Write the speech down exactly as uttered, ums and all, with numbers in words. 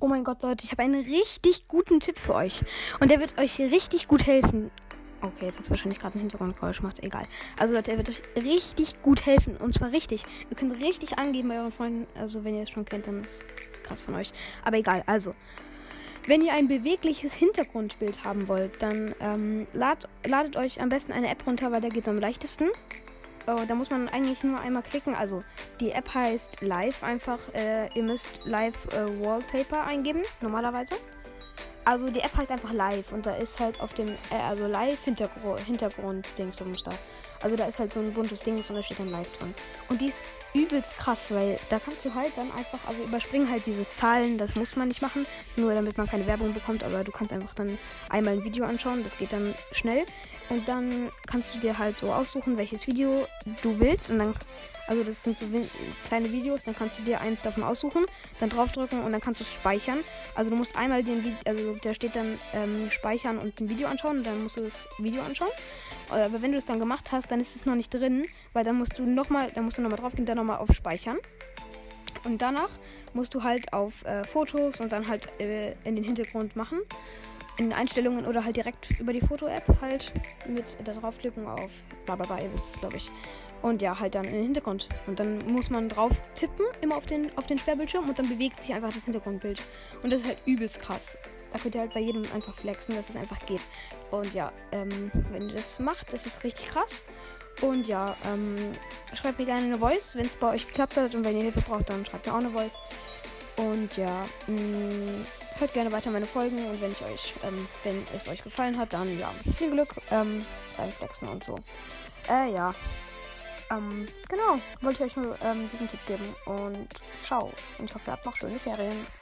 Oh mein Gott, Leute, ich habe einen richtig guten Tipp für euch. Und der wird euch richtig gut helfen. Okay, jetzt hat es wahrscheinlich gerade einen Hintergrundgeräusch gemacht. Egal. Also Leute, er wird euch richtig gut helfen. Und zwar richtig. Ihr könnt richtig angeben bei euren Freunden. Also wenn ihr es schon kennt, dann ist es krass von euch. Aber egal. Also, wenn ihr ein bewegliches Hintergrundbild haben wollt, dann ähm, lad, ladet euch am besten eine App runter, weil der geht am leichtesten. Oh, da muss man eigentlich nur einmal klicken. Also die App heißt Live einfach. Äh, ihr müsst Live äh, Wallpaper eingeben, normalerweise. Also die App heißt einfach Live und da ist halt auf dem, äh, also Live Hintergrund, Hintergrund-Dings da. Also da ist halt so ein buntes Ding und da steht dann Live drin. Und die ist übelst krass, weil da kannst du halt dann einfach, also überspringen halt dieses Zahlen, das muss man nicht machen, nur damit man keine Werbung bekommt, aber du kannst einfach dann einmal ein Video anschauen, das geht dann schnell. Und dann kannst du dir halt so aussuchen, welches Video du willst und dann, also das sind so kleine Videos, dann kannst du dir eins davon aussuchen, dann draufdrücken und dann kannst du es speichern. Also du musst einmal den Video, also da steht dann ähm, speichern und ein Video anschauen und dann musst du das Video anschauen. Aber wenn du das dann gemacht hast, dann ist es noch nicht drin, weil dann musst du nochmal, dann musst du nochmal draufgehen, dann nochmal auf Speichern. Und danach musst du halt auf äh, Fotos und dann halt äh, in den Hintergrund machen. In den Einstellungen oder halt direkt über die Foto-App halt mit der draufklicken auf blablabla, ihr wisst es, glaube ich. Und ja, halt dann in den Hintergrund. Und dann muss man drauf tippen, immer auf den, auf den Sperrbildschirm und dann bewegt sich einfach das Hintergrundbild. Und das ist halt übelst krass. Da könnt ihr halt bei jedem einfach flexen, dass es einfach geht. Und ja, ähm, wenn ihr das macht, das ist richtig krass. Und ja, ähm, schreibt mir gerne eine Voice, wenn es bei euch geklappt hat. Und wenn ihr Hilfe braucht, dann schreibt mir auch eine Voice. Und ja, mh, hört gerne weiter meine Folgen. Und wenn ich euch, ähm, wenn es euch gefallen hat, dann ja, viel Glück ähm, beim Flexen und so. Äh, ja. Ähm, genau, wollte ich euch nur ähm, diesen Tipp geben. Und ciao. Und ich hoffe, ihr habt noch schöne Ferien.